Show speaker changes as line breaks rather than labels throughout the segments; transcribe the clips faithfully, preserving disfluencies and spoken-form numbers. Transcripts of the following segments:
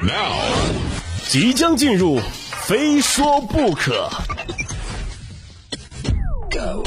Now， 即将进入，非说不可。Go。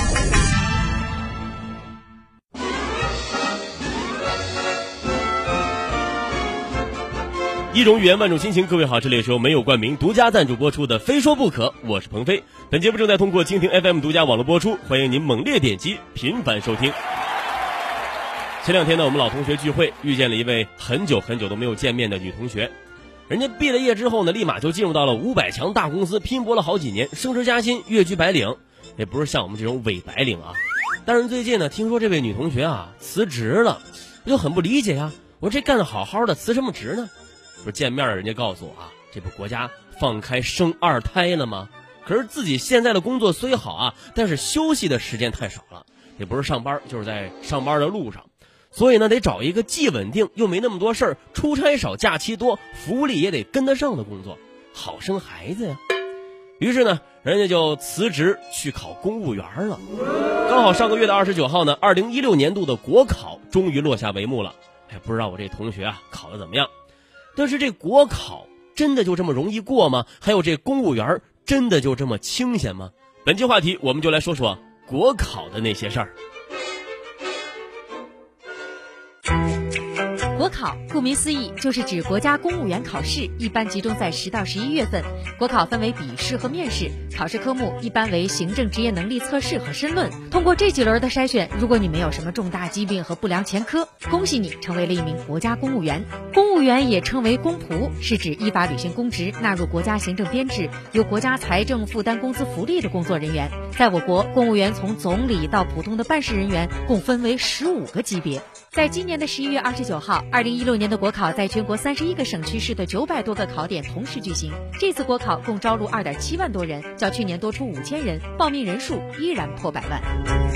一种语言万种心情，各位好，这里是由没有冠名独家赞助播出的非说不可，我是鹏飞。本节目正在通过蜻蜓 F M 独家网络播出，欢迎您猛烈点击频繁收听。前两天呢，我们老同学聚会，遇见了一位很久很久都没有见面的女同学。人家毕了业之后呢，立马就进入到了五百强大公司，拼搏了好几年，升职加薪，跃居白领。也不是像我们这种伪白领啊。但是最近呢，听说这位女同学啊辞职了，我就很不理解呀、啊。我说这干得好好的，辞什么职呢？说见面人家告诉我啊，这不国家放开生二胎了吗？可是自己现在的工作虽好啊，但是休息的时间太少了，也不是上班就是在上班的路上，所以呢得找一个既稳定又没那么多事儿，出差少假期多，福利也得跟得上的工作，好生孩子呀。于是呢人家就辞职去考公务员了。刚好上个月的二十九号呢，二零一六年度的国考终于落下帷幕了。哎，不知道我这同学啊考得怎么样？但是这国考真的就这么容易过吗？还有这公务员真的就这么清闲吗？本期话题我们就来说说国考的那些事儿。
国考顾名思义就是指国家公务员考试，一般集中在十到十一月份。国考分为笔试和面试，考试科目一般为行政职业能力测试和申论。通过这几轮的筛选，如果你没有什么重大疾病和不良前科，恭喜你成为了一名国家公务员。公务员也称为公仆，是指依法履行公职，纳入国家行政编制，由国家财政负担工资福利的工作人员。在我国，公务员从总理到普通的办事人员共分为十五个级别。在今年的十一月二十九号，二零一六年的国考在全国三十一个省区市的九百多个考点同时举行。这次国考共招录二点七万多人，较去年多出五千人，报名人数依然破百万。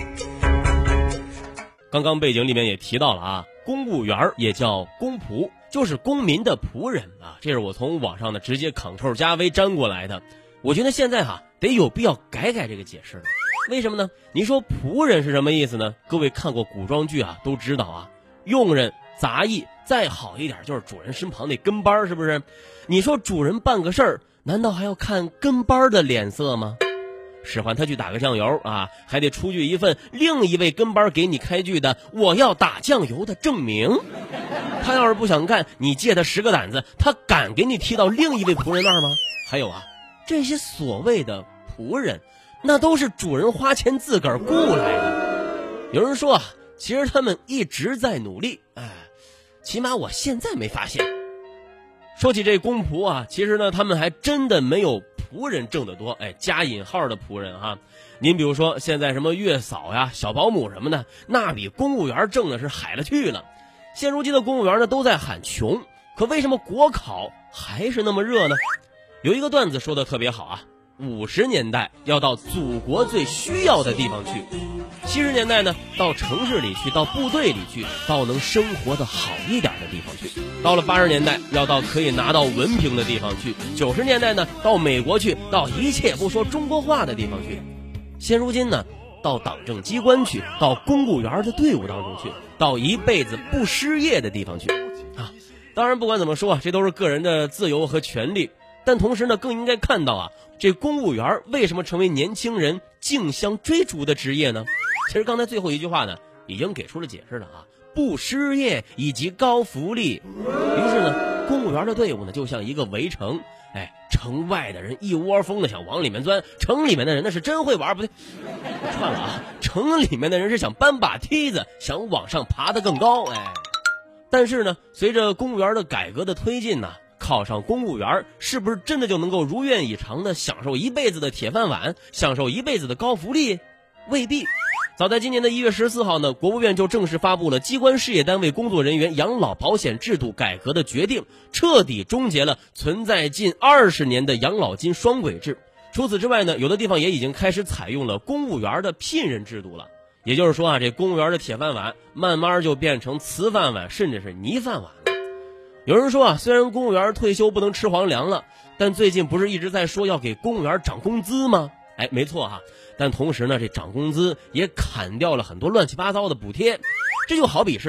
刚刚背景里面也提到了啊，公务员也叫公仆，就是公民的仆人啊。这是我从网上的直接 Ctrl 加 V 粘过来的。我觉得现在哈、啊、得有必要改改这个解释了。为什么呢？你说仆人是什么意思呢？各位看过古装剧啊都知道啊，佣人、杂役，再好一点就是主人身旁那跟班，是不是？你说主人办个事儿，难道还要看跟班的脸色吗？使唤他去打个酱油啊，还得出具一份另一位跟班给你开具的我要打酱油的证明。他要是不想干，你借他十个胆子，他敢给你踢到另一位仆人那儿吗？还有啊，这些所谓的仆人，那都是主人花钱自个儿雇来的。有人说啊，其实他们一直在努力，哎，起码我现在没发现。说起这公仆啊，其实呢他们还真的没有仆人挣得多，哎，加引号的仆人啊。您比如说现在什么月嫂呀、小保姆什么的，那比公务员挣的是海了去了。现如今的公务员呢都在喊穷，可为什么国考还是那么热呢？有一个段子说的特别好啊，五十年代要到祖国最需要的地方去，七十年代呢到城市里去，到部队里去，到能生活的好一点的地方去。到了八十年代要到可以拿到文凭的地方去，九十年代呢到美国去，到一切不说中国话的地方去。现如今呢到党政机关去，到公务员的队伍当中去，到一辈子不失业的地方去啊。当然不管怎么说啊，这都是个人的自由和权利，但同时呢更应该看到啊，这公务员为什么成为年轻人竞相追逐的职业呢？其实刚才最后一句话呢已经给出了解释了啊，不失业以及高福利。于是呢公务员的队伍呢就像一个围城，哎，城外的人一窝蜂的想往里面钻，城里面的人那是真会玩，不对，串了啊，城里面的人是想搬把梯子，想往上爬得更高。哎，但是呢随着公务员的改革的推进呢，考上公务员是不是真的就能够如愿以偿的享受一辈子的铁饭碗，享受一辈子的高福利？未必。早在今年的一月十四号呢，国务院就正式发布了机关事业单位工作人员养老保险制度改革的决定，彻底终结了存在近二十年的养老金双轨制。除此之外呢，有的地方也已经开始采用了公务员的聘任制度了。也就是说啊，这公务员的铁饭碗慢慢就变成瓷饭碗，甚至是泥饭碗。有人说啊，虽然公务员退休不能吃皇粮了，但最近不是一直在说要给公务员涨工资吗？哎，没错哈、啊，但同时呢，这涨工资也砍掉了很多乱七八糟的补贴。这就好比是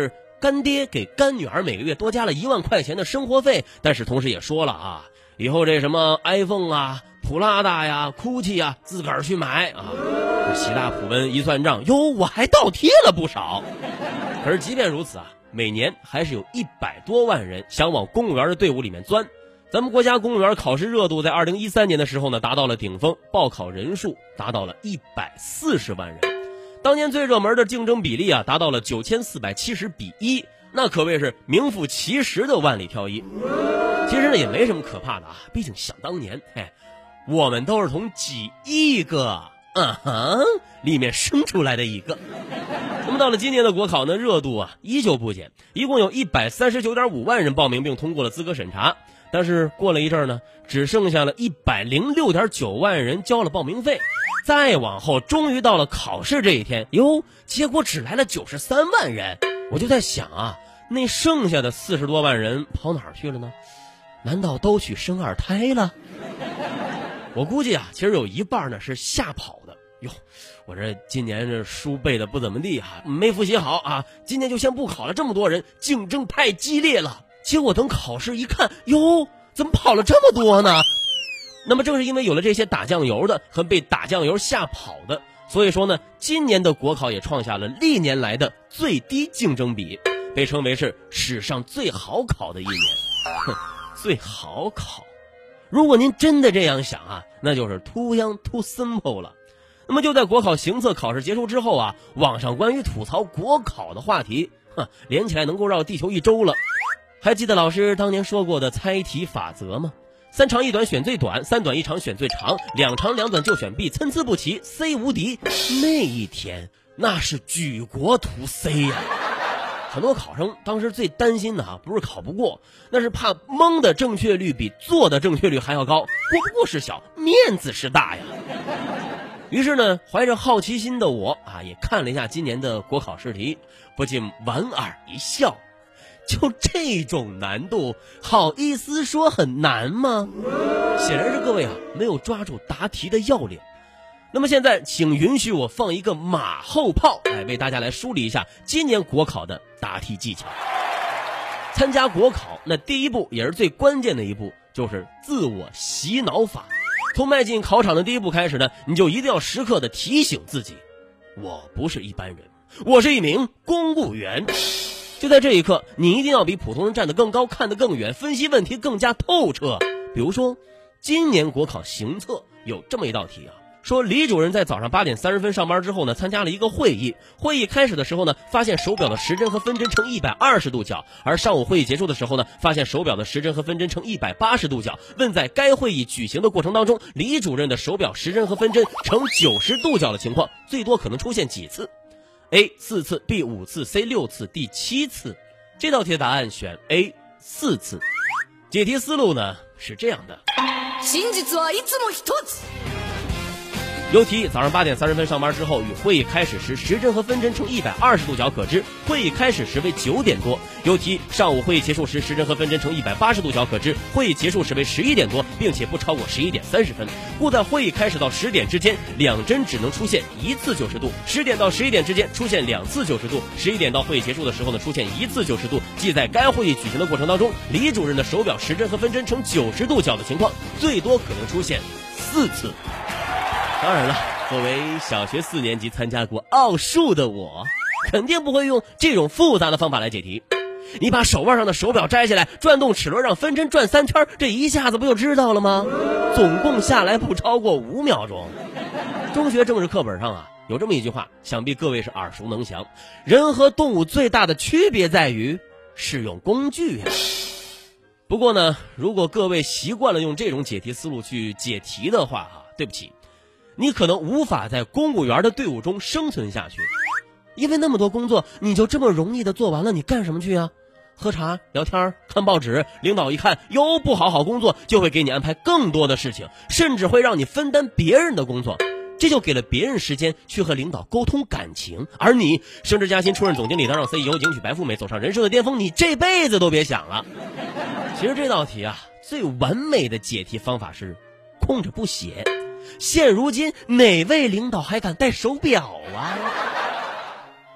干爹给干女儿每个月多加了一万块钱的生活费，但是同时也说了啊，以后这什么 iPhone 啊、普拉达呀、GUCCI 呀，自个儿去买啊。喜大普温一算账，哟，我还倒贴了不少。可是即便如此啊，每年还是有一百多万人想往公务员的队伍里面钻。咱们国家公务员考试热度在二零一三年的时候呢，达到了顶峰，报考人数达到了一百四十万人。当年最热门的竞争比例啊，达到了九千四百七十比一，那可谓是名副其实的万里挑一。其实呢，也没什么可怕的啊，毕竟想当年，嘿，我们都是从几亿个嗯哼里面生出来的一个。那么到了今年的国考呢，热度啊依旧不减，一共有一百三十九点五万人报名并通过了资格审查。但是过了一阵儿呢，只剩下了一百零六点九万人交了报名费。再往后，终于到了考试这一天，哟，结果只来了九十三万人。我就在想啊，那剩下的四十多万人跑哪儿去了呢？难道都去生二胎了？我估计啊，其实有一半呢是吓跑的。哟，我这今年这书背的不怎么地啊，没复习好啊，今年就先不考了，这么多人，竞争太激烈了。结果等考试一看，哟，怎么跑了这么多呢？那么正是因为有了这些打酱油的和被打酱油吓跑的，所以说呢，今年的国考也创下了历年来的最低竞争比，被称为是史上最好考的一年。哼，最好考，如果您真的这样想啊，那就是 too young too simple 了。那么就在国考行测考试结束之后啊，网上关于吐槽国考的话题，哼，连起来能够绕地球一周了。还记得老师当年说过的猜题法则吗？三长一短选最短，三短一长选最长，两长两短就选 B， 参差不齐 C 无敌。那一天那是举国图 C 呀、啊！很多考生当时最担心的啊，不是考不过，那是怕蒙的正确率比做的正确率还要高，过不过是小，面子是大呀。于是呢，怀着好奇心的我啊，也看了一下今年的国考试题，不禁莞尔一笑。就这种难度，好意思说很难吗？显然是各位啊没有抓住答题的要领。那么现在请允许我放一个马后炮，来为大家来梳理一下今年国考的答题技巧。参加国考，那第一步也是最关键的一步，就是自我洗脑法。从迈进考场的第一步开始呢，你就一定要时刻的提醒自己，我不是一般人，我是一名公务员。就在这一刻，你一定要比普通人站得更高，看得更远，分析问题更加透彻。比如说，今年国考行测有这么一道题啊，说李主任在早上八点三十分上班之后呢，参加了一个会议。会议开始的时候呢，发现手表的时针和分针呈一百二十度角，而上午会议结束的时候呢，发现手表的时针和分针呈一百八十度角。问在该会议举行的过程当中，李主任的手表时针和分针呈九十度角的情况，最多可能出现几次？A 四次 ，B 五次 ，C 六次 ，D 七次。这道题的答案选 A 四次。解题思路呢是这样的。由题早上八点三十分上班之后，与会议开始时时针和分针呈一百二十度角可知，会议开始时为九点多。由题上午会议结束时时针和分针呈一百八十度角可知，会议结束时为十一点多，并且不超过十一点三十分。故在会议开始到十点之间，两针只能出现一次九十度；十点到十一点之间出现两次九十度；十一点到会议结束的时候呢，出现一次九十度。即在该会议举行的过程当中，李主任的手表时针和分针呈九十度角的情况，最多可能出现四次。当然了，作为小学四年级参加过奥数的我，肯定不会用这种复杂的方法来解题。你把手腕上的手表摘下来，转动齿轮让分针转三圈，这一下子不就知道了吗？总共下来不超过五秒钟。中学政治课本上啊有这么一句话，想必各位是耳熟能详：人和动物最大的区别在于使用工具呀。不过呢，如果各位习惯了用这种解题思路去解题的话啊，对不起，你可能无法在公务员的队伍中生存下去，因为那么多工作你就这么容易的做完了，你干什么去啊？喝茶聊天看报纸，领导一看哟不好好工作，就会给你安排更多的事情，甚至会让你分担别人的工作，这就给了别人时间去和领导沟通感情，而你升职加薪出任总经理，当上 C E O， 迎娶白富美，走上人生的巅峰，你这辈子都别想了。其实这道题啊最完美的解题方法是空着不写。现如今哪位领导还敢戴手表啊？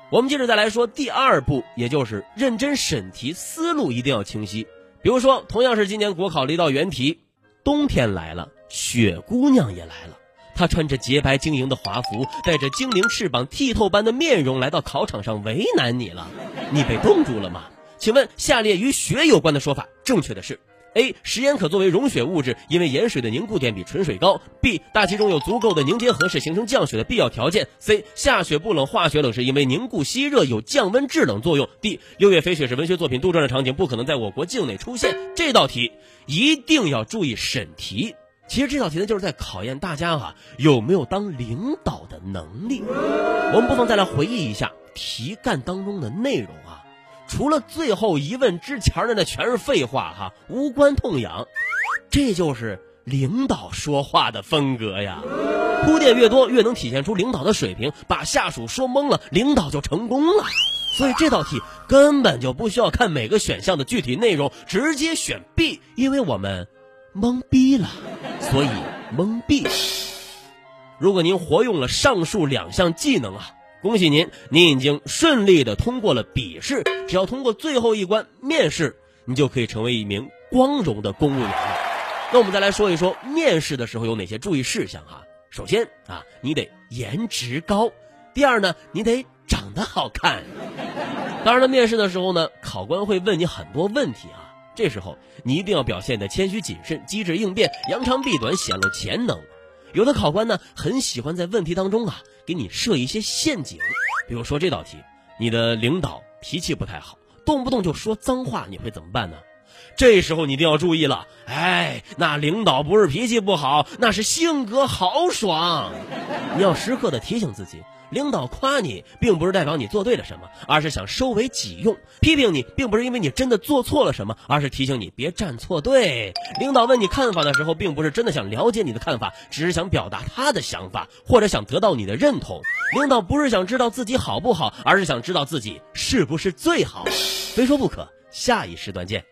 我们接着再来说第二步，也就是认真审题，思路一定要清晰。比如说，同样是今年国考的一道原题，冬天来了，雪姑娘也来了。她穿着洁白晶莹的华服，带着精灵翅膀剔透般的面容来到考场上，为难你了。你被冻住了吗？请问下列与雪有关的说法正确的是 A. 食盐可作为溶雪物质，因为盐水的凝固点比纯水高。 B. 大气中有足够的凝结核是形成降雪的必要条件。 C. 下雪不冷，化雪冷是因为凝固吸热有降温制冷作用。 D. 六月飞雪是文学作品杜撰的场景，不可能在我国境内出现。这道题一定要注意审题。其实这道题呢，就是在考验大家啊有没有当领导的能力。我们不妨再来回忆一下题干当中的内容啊，除了最后一问之前的那全是废话哈，无关痛痒。这就是领导说话的风格呀。铺垫越多，越能体现出领导的水平，把下属说懵了，领导就成功了。所以这道题根本就不需要看每个选项的具体内容，直接选 B， 因为我们懵逼了，所以懵逼。如果您活用了上述两项技能啊，恭喜您，您已经顺利的通过了笔试，只要通过最后一关面试，你就可以成为一名光荣的公务员了。那我们再来说一说面试的时候有哪些注意事项啊。首先啊，你得颜值高；第二呢，你得长得好看。当然了，面试的时候呢，考官会问你很多问题啊，这时候你一定要表现得谦虚谨慎，机智应变，扬长避短，显露潜能。有的考官呢，很喜欢在问题当中啊给你设一些陷阱。比如说这道题，你的领导脾气不太好，动不动就说脏话，你会怎么办呢？这时候你一定要注意了，哎，那领导不是脾气不好，那是性格豪爽。你要时刻的提醒自己，领导夸你并不是代表你做对了什么，而是想收为己用；批评你并不是因为你真的做错了什么，而是提醒你别站错队。领导问你看法的时候，并不是真的想了解你的看法，只是想表达他的想法，或者想得到你的认同。领导不是想知道自己好不好，而是想知道自己是不是最好。非说不可，下一时段见。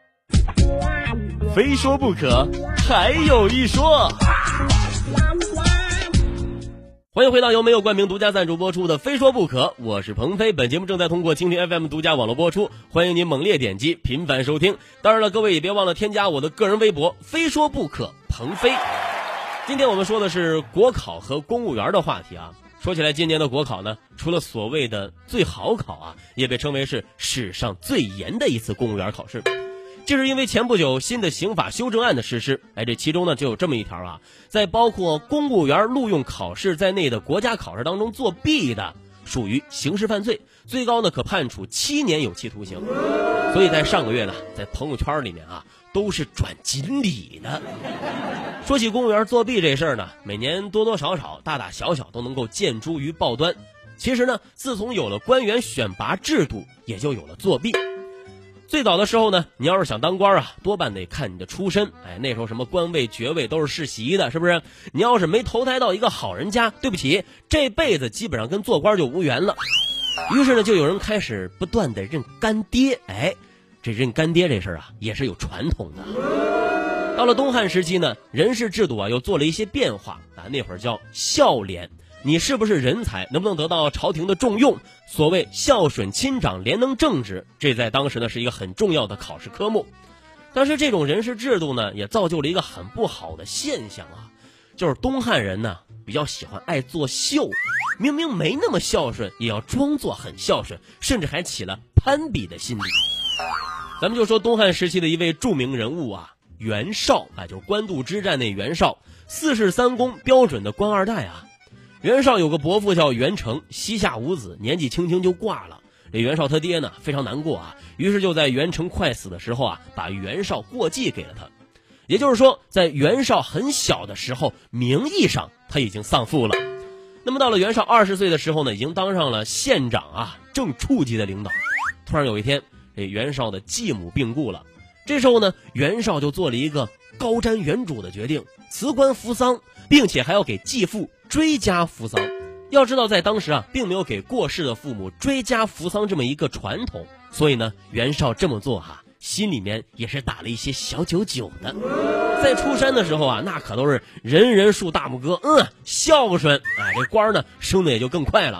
非说不可，还有一说。
欢迎回到由没有冠名独家赞助播出的《非说不可》，我是鹏飞。本节目正在通过蜻蜓 F M 独家网络播出，欢迎您猛烈点击，频繁收听。当然了，各位也别忘了添加我的个人微博“非说不可鹏飞”。今天我们说的是国考和公务员的话题啊。说起来，今年的国考呢，除了所谓的最好考啊，也被称为是史上最严的一次公务员考试。这是因为前不久新的刑法修正案的实施，哎，这其中呢就有这么一条啊，在包括公务员录用考试在内的国家考试当中作弊的，属于刑事犯罪，最高呢可判处七年有期徒刑。所以在上个月呢，在朋友圈里面啊，都是转锦鲤的。说起公务员作弊这事儿呢，每年多多少少、大大小小都能够见诸于报端。其实呢，自从有了官员选拔制度，也就有了作弊。最早的时候呢，你要是想当官啊，多半得看你的出身。哎，那时候什么官位爵位都是世袭的，是不是？你要是没投胎到一个好人家，对不起，这辈子基本上跟做官就无缘了。于是呢，就有人开始不断的认干爹。哎，这认干爹这事儿啊，也是有传统的。到了东汉时期呢，人事制度啊又做了一些变化啊，那会儿叫孝廉。你是不是人才，能不能得到朝廷的重用，所谓孝顺亲长廉能正直，这在当时呢是一个很重要的考试科目。但是这种人事制度呢，也造就了一个很不好的现象啊，就是东汉人呢比较喜欢爱作秀，明明没那么孝顺，也要装作很孝顺，甚至还起了攀比的心理。咱们就说东汉时期的一位著名人物啊，袁绍啊，就是官渡之战那袁绍，四世三公标准的官二代啊。袁绍有个伯父叫袁成，膝下无子，年纪轻轻就挂了。这袁绍他爹呢非常难过啊，于是就在袁成快死的时候啊，把袁绍过继给了他。也就是说，在袁绍很小的时候，名义上他已经丧父了。那么到了袁绍二十岁的时候呢，已经当上了县长啊，正处级的领导。突然有一天，这袁绍的继母病故了。这时候呢，袁绍就做了一个高瞻远瞩的决定，辞官服丧，并且还要给继父追加服丧。要知道在当时啊，并没有给过世的父母追加服丧这么一个传统，所以呢，袁绍这么做哈、啊，心里面也是打了一些小九九的。在出山的时候啊，那可都是人人竖大拇哥，嗯，孝顺，哎，这官呢升的也就更快了。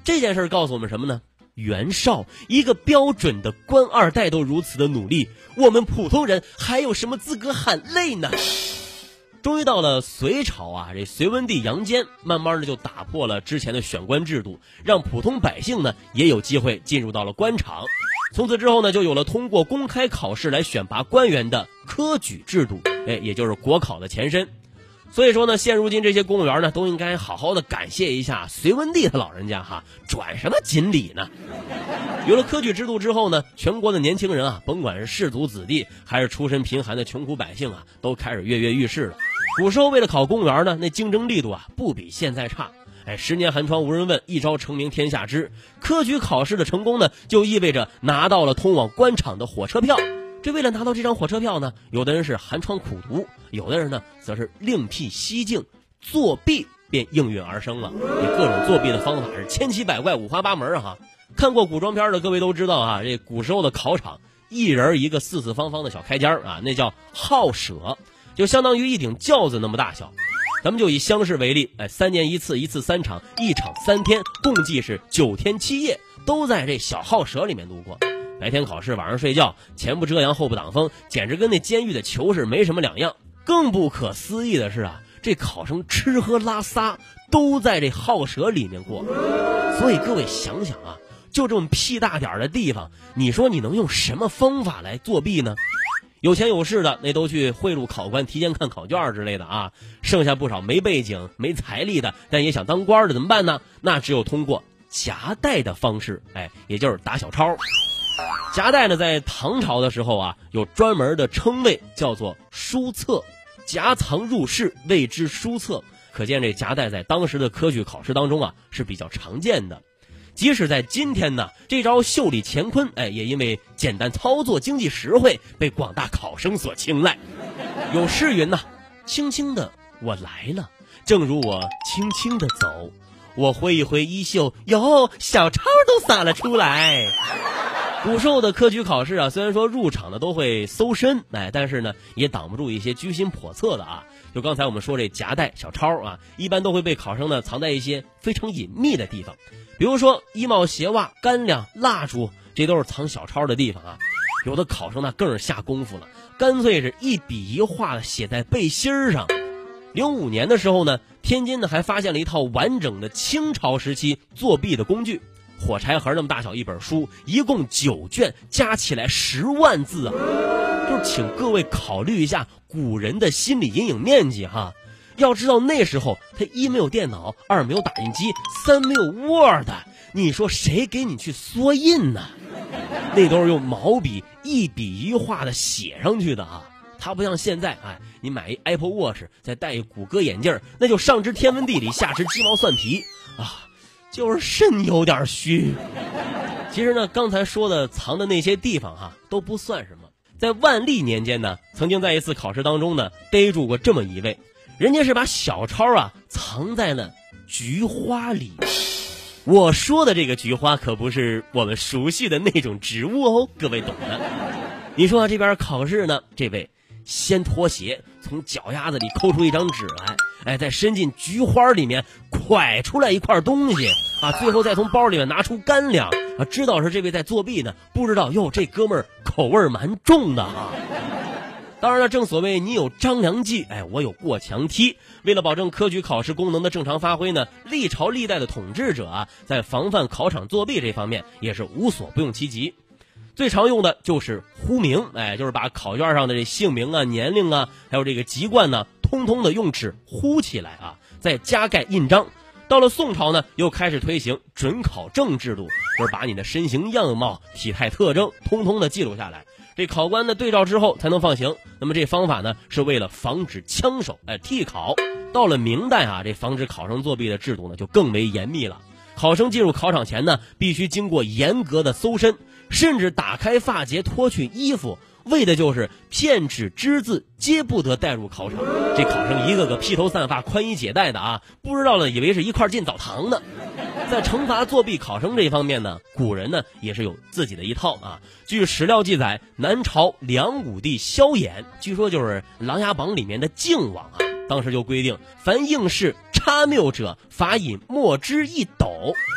这件事告诉我们什么呢？袁绍一个标准的官二代都如此的努力，我们普通人还有什么资格喊累呢？终于到了隋朝啊，这隋文帝杨坚慢慢的就打破了之前的选官制度，让普通百姓呢也有机会进入到了官场。从此之后呢，就有了通过公开考试来选拔官员的科举制度，哎，也就是国考的前身。所以说呢，现如今这些公务员呢，都应该好好的感谢一下隋文帝他老人家哈，转什么锦鲤呢？有了科举制度之后呢，全国的年轻人啊，甭管是士族子弟，还是出身贫寒的穷苦百姓啊，都开始跃跃欲试了。古时候为了考公务员呢，那竞争力度啊，不比现在差。哎，十年寒窗无人问，一朝成名天下知。科举考试的成功呢，就意味着拿到了通往官场的火车票。这为了拿到这张火车票呢，有的人是寒窗苦读，有的人呢则是另辟蹊径，作弊便应运而生了。这各种作弊的方法是千奇百怪，五花八门啊！看过古装片的各位都知道啊，这古时候的考场，一人一个四四方方的小开间啊，那叫号舍，就相当于一顶轿子那么大小。咱们就以乡试为例，哎，三年一次，一次三场，一场三天，共计是九天七夜，都在这小号舍里面度过。白天考试，晚上睡觉，前不遮阳后不挡风，简直跟那监狱的囚是没什么两样。更不可思议的是啊，这考生吃喝拉撒都在这号舍里面过。所以各位想想啊，就这么屁大点的地方，你说你能用什么方法来作弊呢？有钱有势的那都去贿赂考官，提前看考卷之类的啊。剩下不少没背景没财力的，但也想当官的怎么办呢？那只有通过夹带的方式，哎，也就是打小抄。夹带呢，在唐朝的时候啊，有专门的称谓，叫做书册，夹藏入室谓之书册。可见这夹带在当时的科举考试当中啊是比较常见的。即使在今天呢，这招袖里乾坤，哎，也因为简单操作、经济实惠，被广大考生所青睐。有诗云呐、啊：“轻轻的我来了，正如我轻轻的走，我挥一挥衣袖，哟，小抄都洒了出来。”古时候的科举考试啊，虽然说入场的都会搜身，哎，但是呢，也挡不住一些居心叵测的啊。就刚才我们说这夹带小抄啊，一般都会被考生呢藏在一些非常隐秘的地方，比如说衣帽、鞋袜、干粮、蜡烛，这都是藏小抄的地方啊。有的考生呢更是下功夫了，干脆是一笔一画的写在背心上。零五年的时候呢，天津呢还发现了一套完整的清朝时期作弊的工具。火柴盒那么大小一本书，一共九卷，加起来十万字啊！就是请各位考虑一下古人的心理阴影面积哈。要知道那时候他一没有电脑，二没有打印机，三没有 Word， 你说谁给你去缩印呢？那都是用毛笔一笔一画的写上去的啊。它不像现在，哎，你买一 Apple Watch， 再戴一谷歌眼镜，那就上知天文地理，下知鸡毛蒜皮啊。就是肾有点虚。其实呢，刚才说的藏的那些地方哈、啊、都不算什么。在万历年间呢，曾经在一次考试当中呢，逮住过这么一位，人家是把小抄啊藏在了菊花里。我说的这个菊花可不是我们熟悉的那种植物哦，各位懂的。你说、啊、这边考试呢，这位先脱鞋，从脚丫子里抠出一张纸来，哎，再伸进菊花里面蒯出来一块东西啊，最后再从包里面拿出干粮啊，知道是这位在作弊呢，不知道哟，这哥们儿口味蛮重的啊。当然了，正所谓你有张良计，哎，我有过墙梯。为了保证科举考试功能的正常发挥呢，历朝历代的统治者啊，在防范考场作弊这方面也是无所不用其极。最常用的就是呼名，哎，就是把考卷上的这姓名啊、年龄啊，还有这个籍贯呢，通通的用纸呼起来啊，再加盖印章。到了宋朝呢，又开始推行准考证制度，就是把你的身形样貌、体态特征通通的记录下来，这考官呢对照之后才能放行。那么这方法呢，是为了防止枪手哎替考。到了明代啊，这防止考生作弊的制度呢就更为严密了。考生进入考场前呢，必须经过严格的搜身，甚至打开发结、脱去衣服，为的就是片纸只字皆不得带入考场。这考生一个个披头散发、宽衣解带的啊，不知道了以为是一块进澡堂呢。在惩罚作弊考生这方面呢，古人呢也是有自己的一套啊。据史料记载，南朝梁武帝萧衍，据说就是《琅琊榜》里面的靖王啊，当时就规定，凡应试插谬者，罚饮墨汁一斗。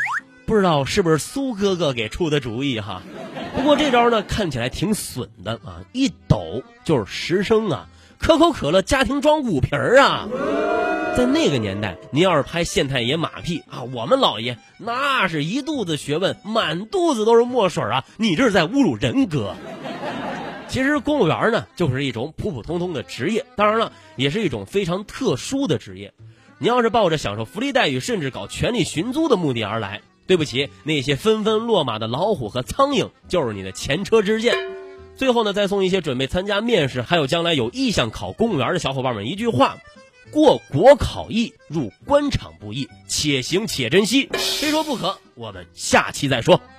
不知道是不是苏哥哥给出的主意哈。不过这招呢看起来挺损的啊，一抖就是十升啊，可口可乐家庭装五瓶啊。在那个年代，您要是拍县太爷马屁啊，我们老爷那是一肚子学问，满肚子都是墨水啊，你这是在侮辱人格。其实公务员呢就是一种普普通通的职业，当然了也是一种非常特殊的职业。你要是抱着享受福利待遇甚至搞权力寻租的目的而来，对不起，那些纷纷落马的老虎和苍蝇就是你的前车之鉴。最后呢，再送一些准备参加面试还有将来有意向考公务员的小伙伴们一句话：过国考易，入官场不易，且行且珍惜。非说不可，我们下期再说。